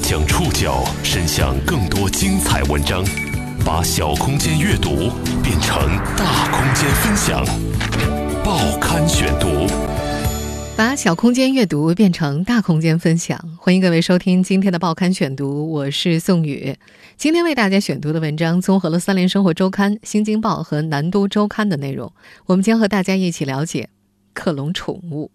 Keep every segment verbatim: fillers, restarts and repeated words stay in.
将触角伸向更多精彩文章，把小空间阅读变成大空间分享。报刊选读， 把小空间阅读变成大空间分享。欢迎各位收听今天的报刊选读，我是宋宇。今天为大家选读的文章综合了三联生活周刊、新京报和南都周刊的内容，我们将和大家一起了解克隆宠物。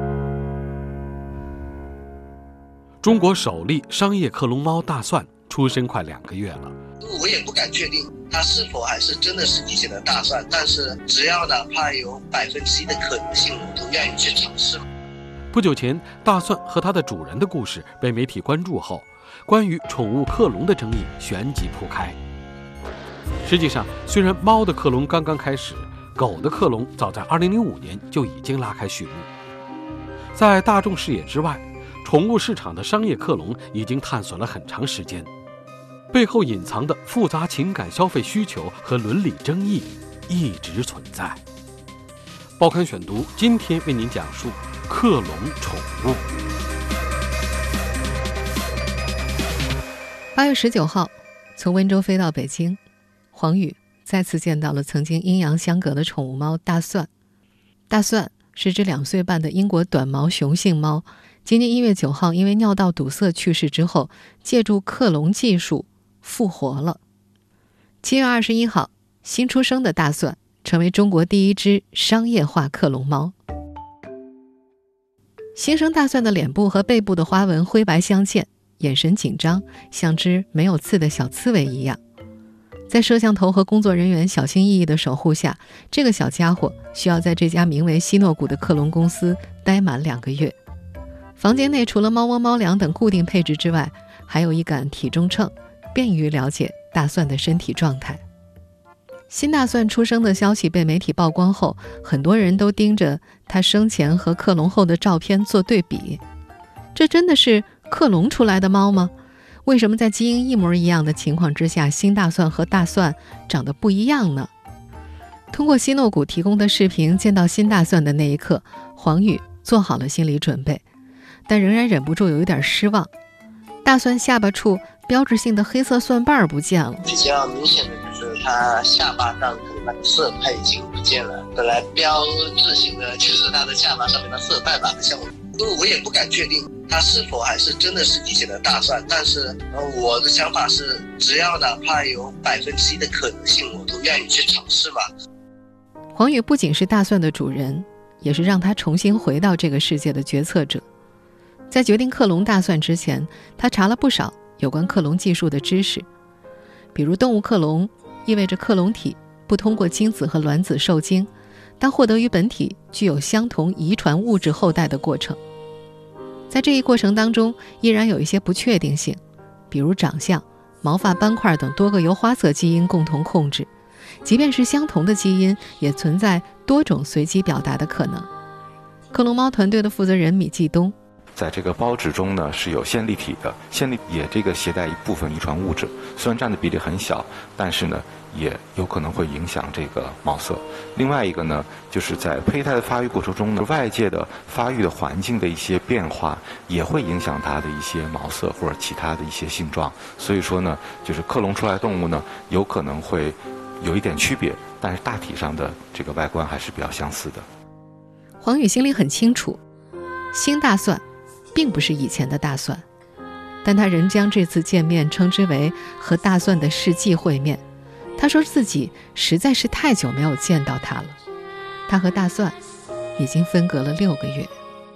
中国首例商业克隆猫大蒜出生快两个月了， 我也不敢确定它是否还是真的是以前的大蒜，但是只要哪怕有百分之一的可能性，我都愿意去尝试。 不久前，大蒜和它的主人的故事被媒体关注后，关于宠物克隆的争议旋即铺开。实际上，虽然猫的克隆刚刚开始，狗的克隆早在二零零五年就已经拉开序幕。在大众视野之外，宠物市场的商业克隆已经探索了很长时间，背后隐藏的复杂情感消费需求和伦理争议一直存在。报刊选读今天为您讲述克隆宠物。 八月十九号，从温州飞到北京，黄宇再次见到了曾经阴阳相隔的宠物猫大蒜。大蒜是只两岁半的英国短毛雄性猫，今年一月九号因为尿道堵塞去世之后，借助克隆技术复活了。七月二十一号，新出生的大蒜成为中国第一只商业化克隆猫。新生大蒜的脸部和背部的花纹灰白相间，眼神紧张，像只没有刺的小刺猬一样。在摄像头和工作人员小心翼翼的守护下，这个小家伙需要在这家名为希诺谷的克隆公司待满两个月。房间内除了猫窝、猫粮等固定配置之外，还有一杆体重秤，便于了解大蒜的身体状态。新大蒜出生的消息被媒体曝光后，很多人都盯着他生前和克隆后的照片做对比。这真的是克隆出来的猫吗？为什么在基因一模一样的情况之下，新大蒜和大蒜长得不一样呢？通过希诺谷提供的视频，见到新大蒜的那一刻，黄宇做好了心理准备，但仍然忍不住有一点失望。大蒜下巴处标志性的黑色蒜瓣不见了， 比较明显的就是它下巴上可能那个色它已经不见了，本来标志性的就是它的下巴上面的色带吧，像我，因为我也不敢确定它是否还是真的是以前的大蒜，但是呃，我的想法是，只要哪怕有百分之一的可能性，我都愿意去尝试嘛。 黄宇不仅是大蒜的主人，也是让他重新回到这个世界的决策者。在决定克隆大蒜之前，他查了不少有关克隆技术的知识，比如动物克隆意味着克隆体不通过精子和卵子受精，但获得与本体具有相同遗传物质后代的过程。在这一过程当中，依然有一些不确定性，比如长相、毛发斑块等多个由花色基因共同控制，即便是相同的基因，也存在多种随机表达的可能。克隆猫团队的负责人米继东， 在这个孢子中呢是有线粒体的，线粒也这个携带一部分遗传物质，虽然占的比例很小，但是呢也有可能会影响这个毛色。另外一个呢，就是在胚胎的发育过程中呢，外界的发育的环境的一些变化也会影响它的一些毛色或者其他的一些性状。所以说呢，就是克隆出来的动物呢，有可能会有一点区别，但是大体上的这个外观还是比较相似的。 黄宇心里很清楚，新大蒜并不是以前的大蒜，但他仍将这次见面称之为和大蒜的世纪会面。他说自己实在是太久没有见到他了，他和大蒜已经分隔了六个月。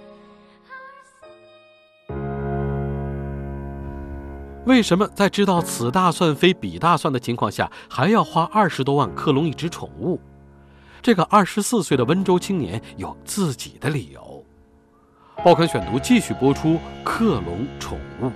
为什么在知道此大蒜非彼大蒜的情况下，还要花二十多万克隆一只宠物？这个二十四岁的温州青年有自己的理由。报刊选读继续播出克隆宠物。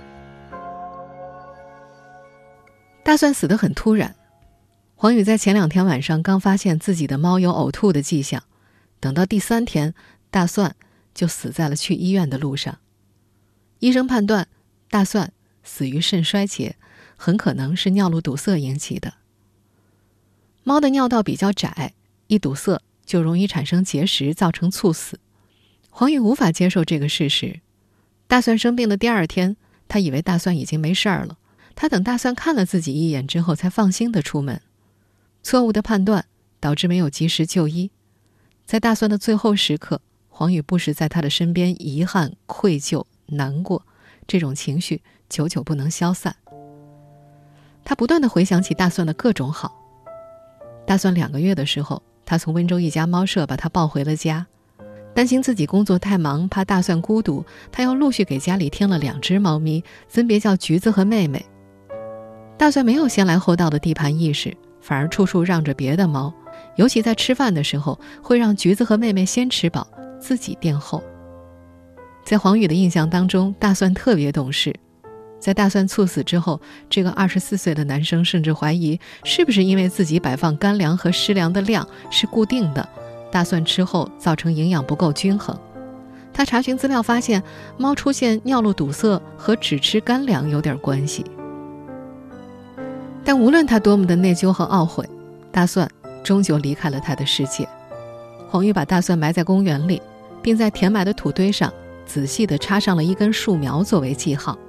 大蒜死得很突然，黄宇在前两天晚上刚发现自己的猫有呕吐的迹象，等到第三天，大蒜就死在了去医院的路上。医生判断大蒜死于肾衰竭，很可能是尿路堵塞引起的。猫的尿道比较窄，一堵塞就容易产生结石，造成猝死。黄宇无法接受这个事实。大蒜生病的第二天， 他以为大蒜已经没事儿了，他等大蒜看了自己一眼之后才放心地出门。错误的判断导致没有及时就医，在大蒜的最后时刻，黄宇不时在他的身边遗憾、愧疚、难过，这种情绪久久不能消散。他不断地回想起大蒜的各种好。大蒜两个月的时候，他从温州一家猫舍把他抱回了家。担心自己工作太忙，怕大蒜孤独，他又陆续给家里添了两只猫咪，分别叫橘子和妹妹。大蒜没有先来后到的地盘意识，反而处处让着别的猫，尤其在吃饭的时候，会让橘子和妹妹先吃饱，自己垫后。在黄宇的印象当中，大蒜特别懂事。在大蒜猝死之后，这个二十四岁的男生甚至怀疑，是不是因为自己摆放干粮和湿粮的量是固定的，大蒜吃后造成营养不够均衡。他查询资料发现，猫出现尿路堵塞和只吃干粮有点关系。但无论他多么的内疚和懊悔，大蒜终究离开了他的世界。黄宇把大蒜埋在公园里，并在填埋的土堆上仔细地插上了一根树苗作为记号。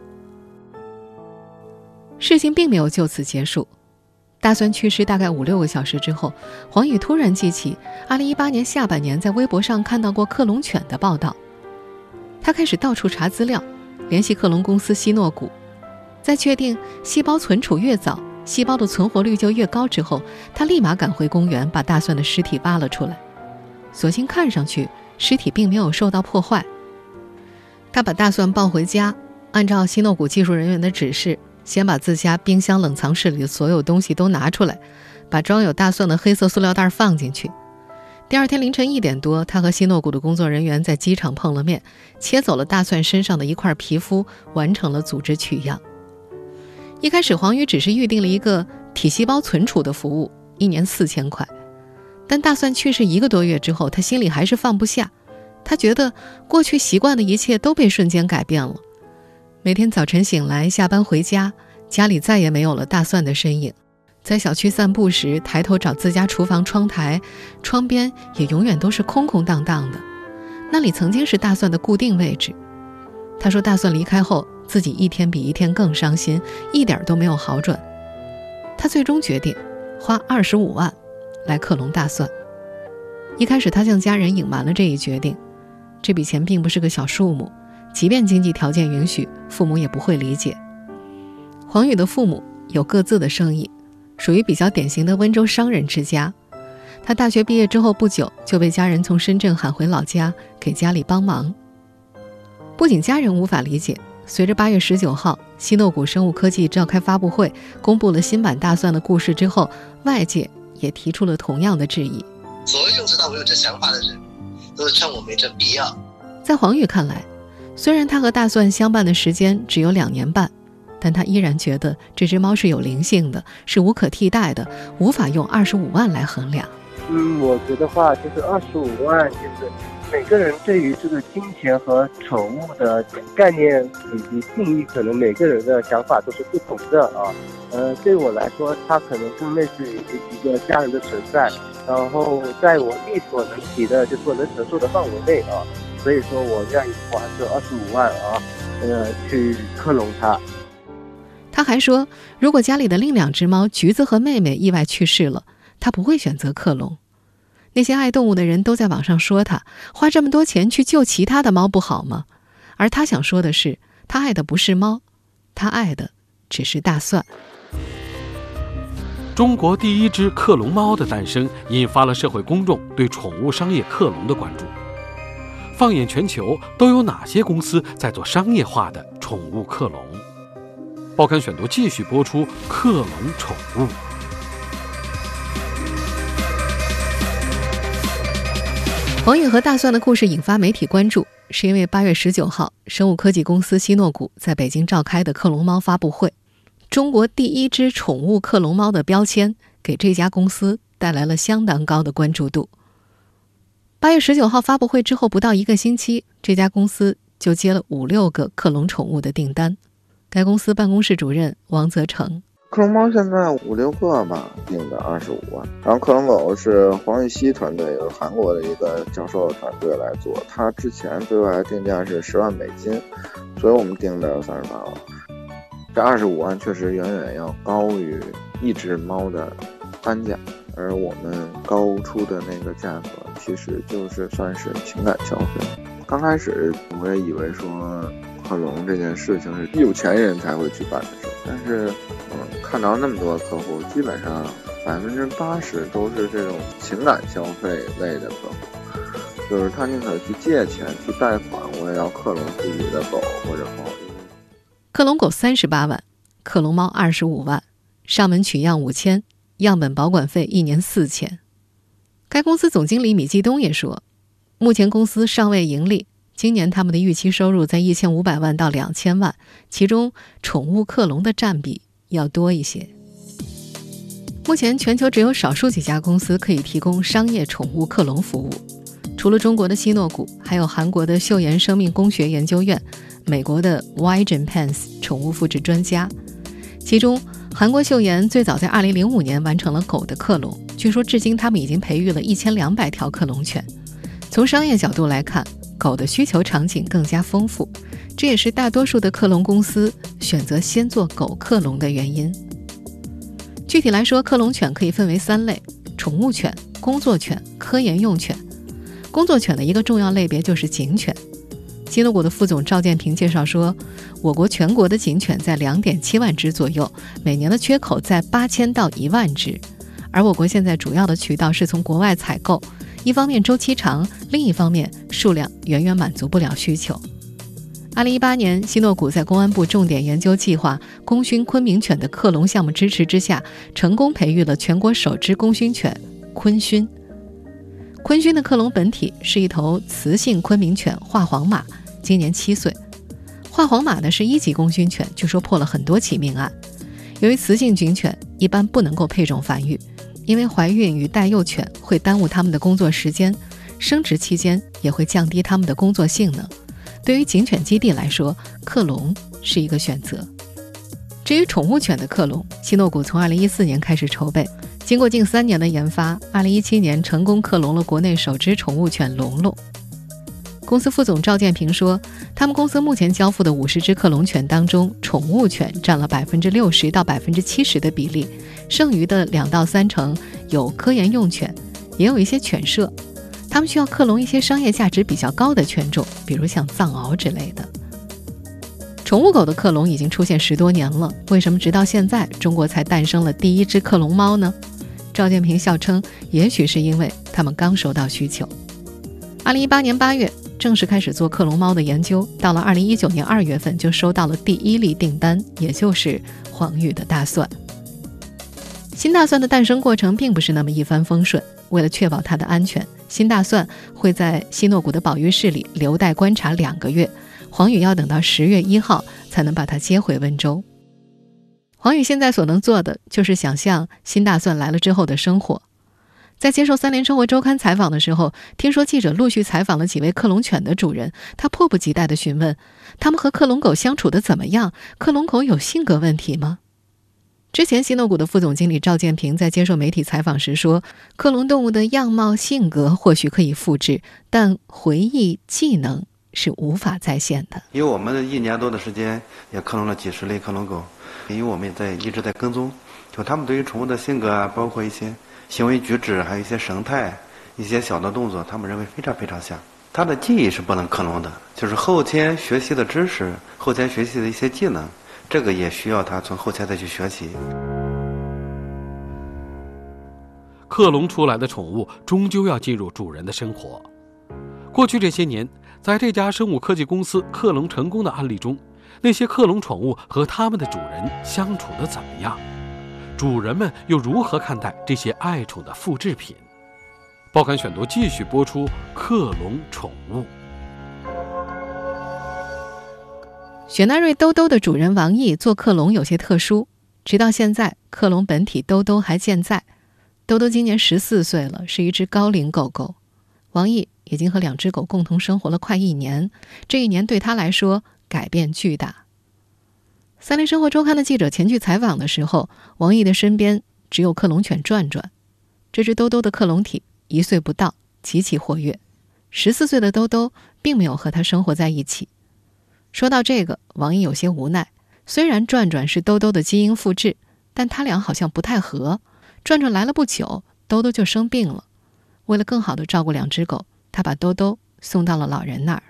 事情并没有就此结束。大蒜去世大概五六个小时之后，黄宇突然记起二零一八年下半年在微博上看到过克隆犬的报道。他开始到处查资料，联系克隆公司希诺谷。在确定细胞存储越早，细胞的存活率就越高之后，他立马赶回公园，把大蒜的尸体挖了出来。所幸看上去尸体并没有受到破坏。他把大蒜抱回家，按照希诺谷技术人员的指示，先把自家冰箱冷藏室里的所有东西都拿出来，把装有大蒜的黑色塑料袋放进去。第二天凌晨一点多，他和希诺谷的工作人员在机场碰了面，切走了大蒜身上的一块皮肤，完成了组织取样。一开始黄宇只是预定了一个体细胞存储的服务，一年四千块。但大蒜去世一个多月之后，他心里还是放不下。他觉得过去习惯的一切都被瞬间改变了。每天早晨醒来，下班回家，家里再也没有了大蒜的身影。在小区散步时，抬头找自家厨房窗台，窗边也永远都是空空荡荡的。那里曾经是大蒜的固定位置。他说大蒜离开后，自己一天比一天更伤心，一点都没有好转。他最终决定花二十五万来克隆大蒜。一开始他向家人隐瞒了这一决定，这笔钱并不是个小数目，即便经济条件允许，父母也不会理解。黄宇的父母有各自的生意，属于比较典型的温州商人之家。他大学毕业之后不久，就被家人从深圳喊回老家，给家里帮忙。不仅家人无法理解，随着八月十九号希诺谷生物科技召开发布会，公布了新版大蒜的故事之后，外界也提出了同样的质疑。 所有知道我有这想法的人都是劝我没这必要。 在黄宇看来，虽然他和大蒜相伴的时间只有两年半，但他依然觉得这只猫是有灵性的，是无可替代的，无法用二十五万来衡量。 嗯，我觉得话就是二十五万，就是每个人对于这个金钱和宠物的概念以及定义，可能每个人的想法都是不同的啊。呃，对我来说，它可能更类似于一个家人的存在，然后在我力所能及的，就是我能承受的范围内啊，所以说我愿意花这二十五万啊，呃，去克隆它。 他还说，如果家里的另两只猫橘子和妹妹意外去世了，他不会选择克隆。那些爱动物的人都在网上说他花这么多钱去救其他的猫不好吗？而他想说的是，他爱的不是猫，他爱的只是大蒜。 中国第一只克隆猫的诞生，引发了社会公众对宠物商业克隆的关注。放眼全球，都有哪些公司在做商业化的宠物克隆？报刊选读继续播出克隆宠物。 黄宇和大蒜的故事引发媒体关注，是因为八月十九号，生物科技公司希诺谷在北京召开的克隆猫发布会。中国第一只宠物克隆猫的标签给这家公司带来了相当高的关注度。八月十九号发布会之后不到一个星期，这家公司就接了五六个克隆宠物的订单。该公司办公室主任王泽成， 克隆猫现在五六个吧，定的二十五万。然后克隆狗是黄玉溪团队，有韩国的一个教授团队来做，他之前对外定价是十万美金，所以我们定的三十八万。这二十五万确实远远要高于一只猫的单价，而我们高出的那个价格其实就是算是情感消费。刚开始我也以为说克隆这件事情是有钱人才会去办的事，但是嗯，看到那么多客户，基本上百分之八十都是这种情感消费类的客户，就是他宁可去借钱去贷款，我也要克隆自己的狗或者猫。 克隆狗三十八万，克隆猫二十五万，上门取样五千，样本保管费一年四千。该公司总经理米继东也说，目前公司尚未盈利，今年他们的预期收入在一千五百万到两千万，其中宠物克隆的占比要多一些。目前全球只有少数几家公司可以提供商业宠物克隆服务，除了中国的希诺谷，还有韩国的秀妍生命工学研究院，美国的 Wygenpens 宠物复制专家。其中韩国秀妍最早在二零零五年完成了狗的克隆，据说至今他们已经培育了一千两百条克隆犬。从商业角度来看，狗的需求场景更加丰富，这也是大多数的克隆公司选择先做狗克隆的原因。具体来说，克隆犬可以分为三类：宠物犬、工作犬、科研用犬。工作犬的一个重要类别就是警犬。希诺谷的副总赵建平介绍说，我国全国的警犬在 两点七万只左右，每年的缺口在八千到一万只。而我国现在主要的渠道是从国外采购，一方面周期长，另一方面数量远远满足不了需求。二零一八年，希诺谷在公安部重点研究计划功勋昆明犬的克隆项目支持之下，成功培育了全国首只功勋犬昆勋。昆勋的克隆本体是一头雌性昆明犬化黄马，今年七岁。化黄马呢是一级功勋犬，据说破了很多起命案。由于雌性警犬一般不能够配种繁育，因为怀孕与带幼犬会耽误他们的工作时间，生殖期间也会降低他们的工作性能。对于警犬基地来说，克隆是一个选择。至于宠物犬的克隆，希诺谷从二零一四年开始筹备，经过近三年的研发，二零一七年成功克隆了国内首只宠物犬龙龙。公司副总赵建平说，他们公司目前交付的五十只克隆犬当中，宠物犬占了百分之六十到百分之七十的比例，剩余的两到三成有科研用犬，也有一些犬舍。他们需要克隆一些商业价值比较高的犬种，比如像藏獒之类的。宠物狗的克隆已经出现十多年了，为什么直到现在中国才诞生了第一只克隆猫呢？赵建平笑称，也许是因为他们刚收到需求。二零一八年八月正式开始做克隆猫的研究，到了二零一九年二月份就收到了第一例订单，也就是黄宇的大蒜。新大蒜的诞生过程并不是那么一帆风顺，为了确保它的安全，新大蒜会在希诺谷的保育室里留待观察两个月，黄宇要等到十月一号才能把它接回温州。黄宇现在所能做的就是想象新大蒜来了之后的生活。在接受三联生活周刊采访的时候，听说记者陆续采访了几位克隆犬的主人，他迫不及待地询问他们和克隆狗相处得怎么样，克隆狗有性格问题吗？之前希诺谷的副总经理赵建平在接受媒体采访时说，克隆动物的样貌性格或许可以复制，但回忆技能是无法再现的。 因为我们一年多的时间也克隆了几十类克隆狗，因为我们也在一直在跟踪，就他们对于宠物的性格啊，包括一些行为举止，还有一些神态，一些小的动作，他们认为非常非常像。他的记忆是不能克隆的，就是后天学习的知识，后天学习的一些技能，这个也需要他从后天再去学习。 克隆出来的宠物终究要进入主人的生活。过去这些年，在这家生物科技公司克隆成功的案例中，那些克隆宠物和他们的主人相处得怎么样？主人们又如何看待这些爱宠的复制品？报刊选读继续播出克隆宠物。 雪纳瑞兜兜的主人王毅做克隆有些特殊，直到现在克隆本体兜兜还健在。兜兜今年十四岁了，是一只高龄狗狗。王毅已经和两只狗共同生活了快一年，这一年对他来说改变巨大。 三联生活周刊的记者前去采访的时候，王毅的身边只有克隆犬转转。这只兜兜的克隆体一岁不到，极其活跃。十四岁的兜兜并没有和他生活在一起。说到这个，王毅有些无奈。虽然转转是兜兜的基因复制，但他俩好像不太合。转转来了不久，兜兜就生病了。为了更好地照顾两只狗，他把兜兜送到了老人那儿。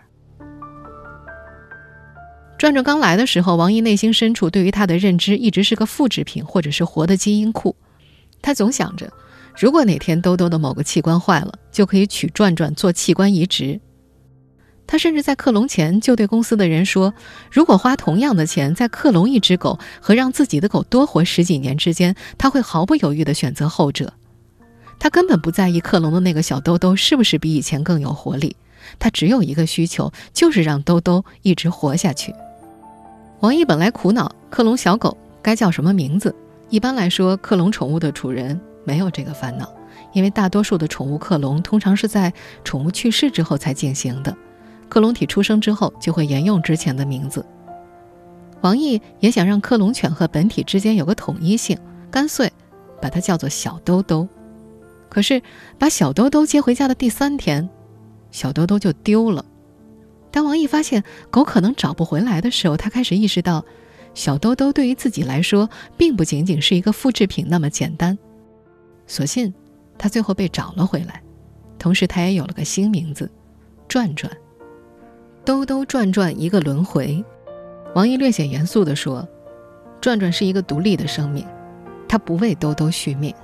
转转刚来的时候，王毅内心深处对于他的认知一直是个复制品或者是活的基因库。他总想着，如果哪天兜兜的某个器官坏了，就可以取转转做器官移植。他甚至在克隆前就对公司的人说，如果花同样的钱在克隆一只狗和让自己的狗多活十几年之间，他会毫不犹豫地选择后者。他根本不在意克隆的那个小兜兜是不是比以前更有活力，他只有一个需求，就是让兜兜一直活下去。王毅本来苦恼克隆小狗该叫什么名字，一般来说克隆宠物的主人没有这个烦恼，因为大多数的宠物克隆通常是在宠物去世之后才进行的，克隆体出生之后就会沿用之前的名字。王毅也想让克隆犬和本体之间有个统一性，干脆把它叫做小兜兜。可是把小兜兜接回家的第三天，小兜兜就丢了。当王毅发现狗可能找不回来的时候，他开始意识到小兜兜对于自己来说并不仅仅是一个复制品那么简单。所幸他最后被找了回来，同时他也有了个新名字，转转。兜兜转转一个轮回。王毅略显严肃地说，转转是一个独立的生命，他不为兜兜续命。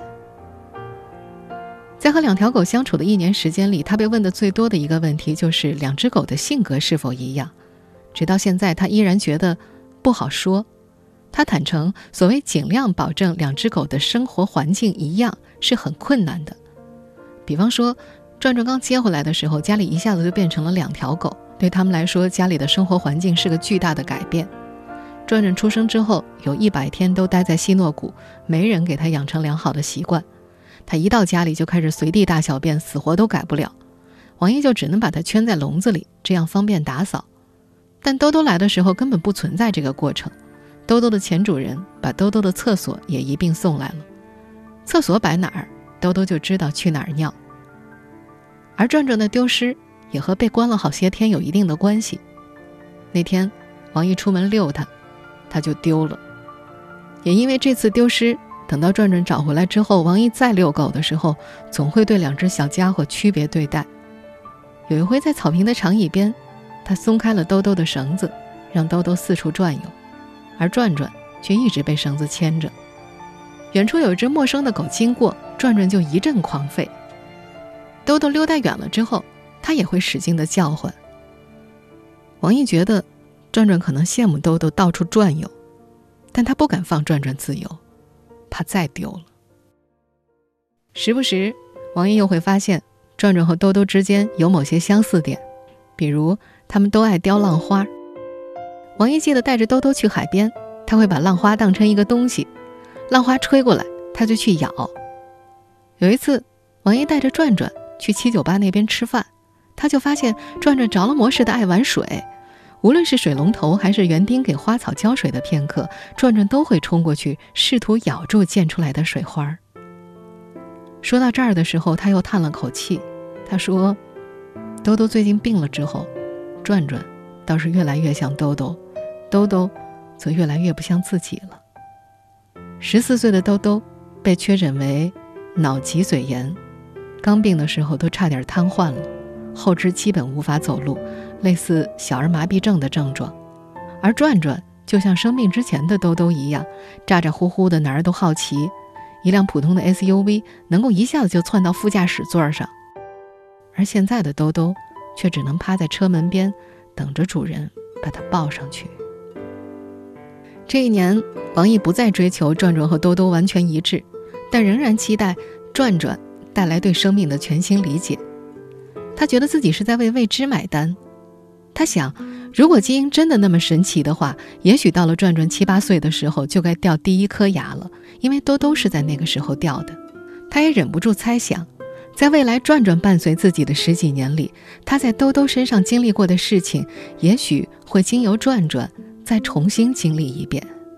在和两条狗相处的一年时间里，他被问的最多的一个问题就是两只狗的性格是否一样。直到现在他依然觉得不好说。他坦诚，所谓尽量保证两只狗的生活环境一样是很困难的。比方说转转刚接回来的时候，家里一下子就变成了两条狗，对他们来说家里的生活环境是个巨大的改变。转转出生之后有一百天都待在希诺谷，没人给他养成良好的习惯。他一到家里就开始随地大小便，死活都改不了。王毅就只能把他圈在笼子里，这样方便打扫。但兜兜来的时候根本不存在这个过程，兜兜的前主人把兜兜的厕所也一并送来了，厕所摆哪儿，兜兜就知道去哪儿尿。而转转的丢失也和被关了好些天有一定的关系。那天王毅出门遛他，他就丢了。也因为这次丢失，等到转转找回来之后，王毅再遛狗的时候，总会对两只小家伙区别对待。有一回在草坪的长椅边，他松开了兜兜的绳子，让兜兜四处转悠，而转转却一直被绳子牵着。远处有一只陌生的狗经过，转转就一阵狂吠。兜兜溜达远了之后，他也会使劲地叫唤。王毅觉得转转可能羡慕兜兜到处转悠，但他不敢放转转自由，怕再丢了。时不时王毅又会发现转转和兜兜之间有某些相似点，比如他们都爱叼浪花。王毅记得带着兜兜去海边，他会把浪花当成一个东西，浪花吹过来他就去咬。有一次王毅带着转转去七九八那边吃饭，他就发现转转着了魔似的爱玩水，无论是水龙头还是园丁给花草浇水的片刻，转转都会冲过去试图咬住溅出来的水花。说到这儿的时候，他又叹了口气，他说兜兜最近病了之后，转转倒是越来越像兜兜，兜兜则越来越不像自己了。十四岁的兜兜被确诊为脑脊髓炎，刚病的时候都差点瘫痪了，后肢基本无法走路，类似小儿麻痹症的症状。而转转就像生病之前的兜兜一样，咋咋呼呼的，哪儿都好奇，一辆普通的 S U V 能够一下子就窜到副驾驶座上，而现在的兜兜却只能趴在车门边等着主人把它抱上去。这一年王毅不再追求转转和兜兜完全一致，但仍然期待转转带来对生命的全新理解。他觉得自己是在为未知买单。他想，如果基因真的那么神奇的话，也许到了转转七八岁的时候就该掉第一颗牙了，因为兜兜是在那个时候掉的。他也忍不住猜想，在未来转转伴随自己的十几年里，他在兜兜身上经历过的事情，也许会经由转转再重新经历一遍。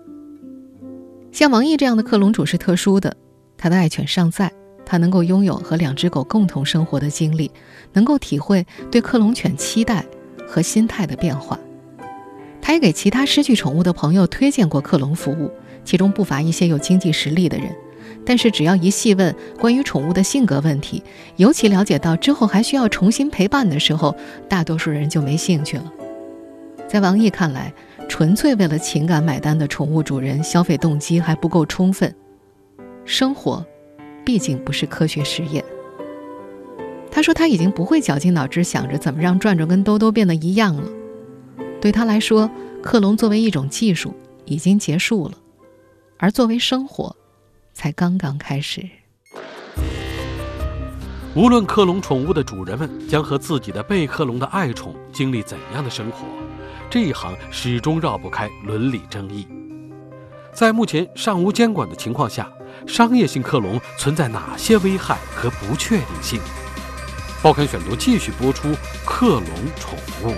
像王毅这样的克隆主是特殊的，他的爱犬尚在，他能够拥有和两只狗共同生活的经历，能够体会对克隆犬期待和心态的变化。他也给其他失去宠物的朋友推荐过克隆服务，其中不乏一些有经济实力的人，但是只要一细问关于宠物的性格问题，尤其了解到之后还需要重新陪伴的时候，大多数人就没兴趣了。在王毅看来，纯粹为了情感买单的宠物主人消费动机还不够充分，生活毕竟不是科学实验。他说他已经不会绞尽脑汁想着怎么让转转跟兜兜变得一样了，对他来说，克隆作为一种技术已经结束了，而作为生活才刚刚开始。 无论克隆宠物的主人们将和自己的被克隆的爱宠经历怎样的生活，这一行始终绕不开伦理争议。在目前尚无监管的情况下，商业性克隆存在哪些危害和不确定性？报刊选读继续播出克隆宠物。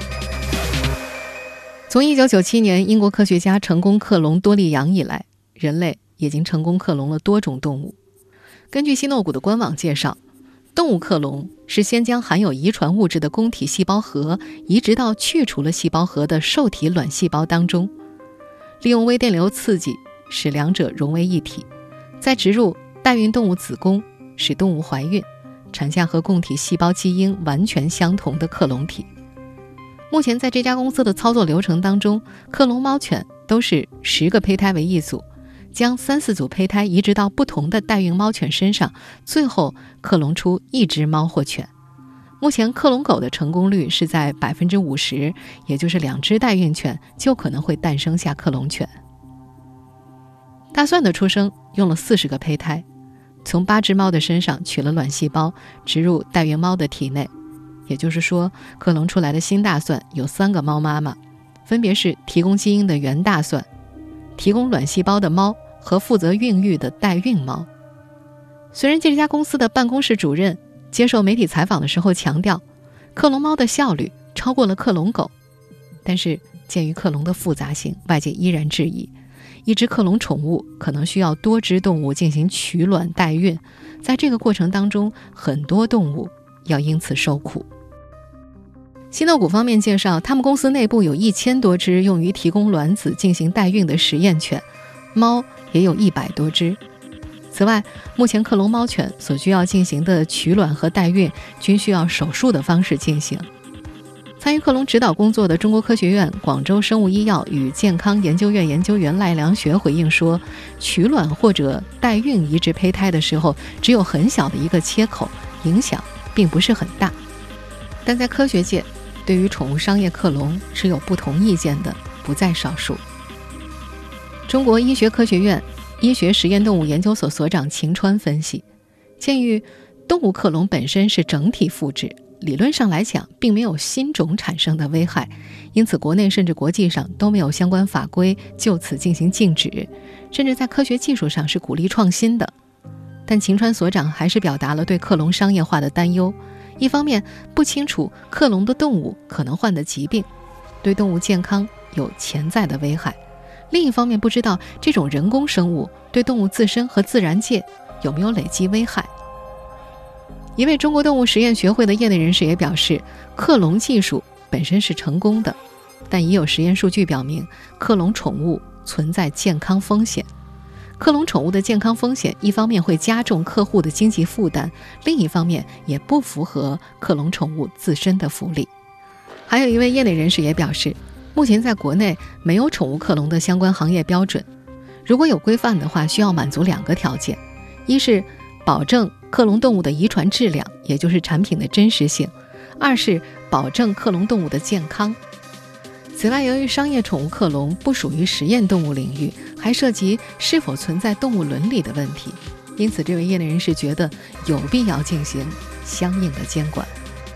从一九九七年英国科学家成功克隆多利羊以来，人类已经成功克隆了多种动物。根据希诺谷的官网介绍，动物克隆是先将含有遗传物质的供体细胞核移植到去除了细胞核的受体卵细胞当中，利用微电流刺激使两者融为一体，再植入代孕动物子宫，使动物怀孕，产下和供体细胞基因完全相同的克隆体。目前在这家公司的操作流程当中，克隆猫犬都是十个胚胎为一组，将三四组胚胎移植到不同的代孕猫犬身上，最后克隆出一只猫或犬。目前克隆狗的成功率是在 百分之五十， 也就是两只代孕犬就可能会诞生下克隆犬。大蒜的出生用了四十个胚胎，从八只猫的身上取了卵细胞，植入代孕猫的体内，也就是说，克隆出来的新大蒜有三个猫妈妈，分别是提供基因的原大蒜、提供卵细胞的猫和负责孕育的代孕猫。虽然这家公司的办公室主任接受媒体采访的时候强调，克隆猫的效率超过了克隆狗，但是鉴于克隆的复杂性，外界依然质疑，一只克隆宠物可能需要多只动物进行取卵代孕，在这个过程当中，很多动物要因此受苦。希诺谷方面介绍，他们公司内部有一千多只用于提供卵子进行代孕的实验犬，猫也有一百多只。此外，目前克隆猫犬所需要进行的取卵和代孕均需要手术的方式进行。参与克隆指导工作的中国科学院广州生物医药与健康研究院研究员赖良学回应说，取卵或者代孕移植胚胎的时候，只有很小的一个切口，影响并不是很大。但在科学界，对于宠物商业克隆持有不同意见的不在少数。中国医学科学院医学实验动物研究所所长秦川分析，鉴于动物克隆本身是整体复制，理论上来讲并没有新种产生的危害，因此国内甚至国际上都没有相关法规就此进行禁止，甚至在科学技术上是鼓励创新的。但秦川所长还是表达了对克隆商业化的担忧，一方面不清楚克隆的动物可能患的疾病，对动物健康有潜在的危害，另一方面不知道这种人工生物对动物自身和自然界有没有累积危害。一位中国动物实验学会的业内人士也表示，克隆技术本身是成功的，但已有实验数据表明，克隆宠物存在健康风险。克隆宠物的健康风险一方面会加重客户的经济负担，另一方面也不符合克隆宠物自身的福利。还有一位业内人士也表示，目前在国内没有宠物克隆的相关行业标准，如果有规范的话，需要满足两个条件，一是保证克隆动物的遗传质量，也就是产品的真实性；二是保证克隆动物的健康。此外，由于商业宠物克隆不属于实验动物领域，还涉及是否存在动物伦理的问题，因此这位业内人士觉得有必要进行相应的监管。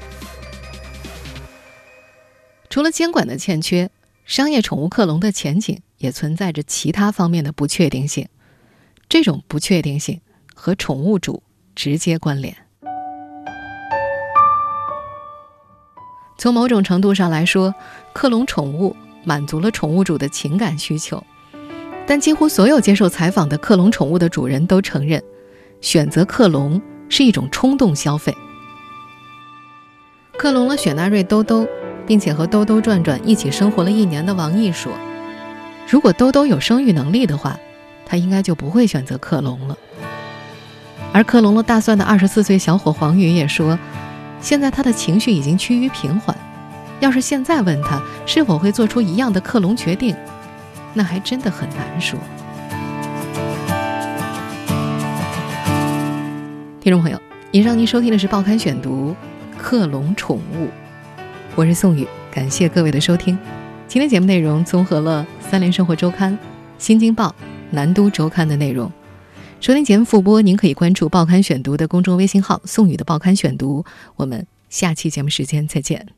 除了监管的欠缺，商业宠物克隆的前景也存在着其他方面的不确定性，这种不确定性和宠物主直接关联。从某种程度上来说，克隆宠物满足了宠物主的情感需求， 但几乎所有接受采访的克隆宠物的主人都承认，选择克隆是一种冲动消费。克隆了雪纳瑞兜兜，并且和兜兜转转一起生活了一年的王毅说，如果兜兜有生育能力的话，他应该就不会选择克隆了。而克隆了大蒜的二十四岁小伙黄宇也说，现在他的情绪已经趋于平缓，要是现在问他是否会做出一样的克隆决定，那还真的很难说。听众朋友，以上您收听的是《报刊选读》克隆宠物，我是宋宇，感谢各位的收听。今天节目内容综合了三联生活周刊、新京报、南都周刊的内容。收听节目复播，您可以关注《报刊选读》的公众微信号宋宇的报刊选读。我们下期节目时间再见。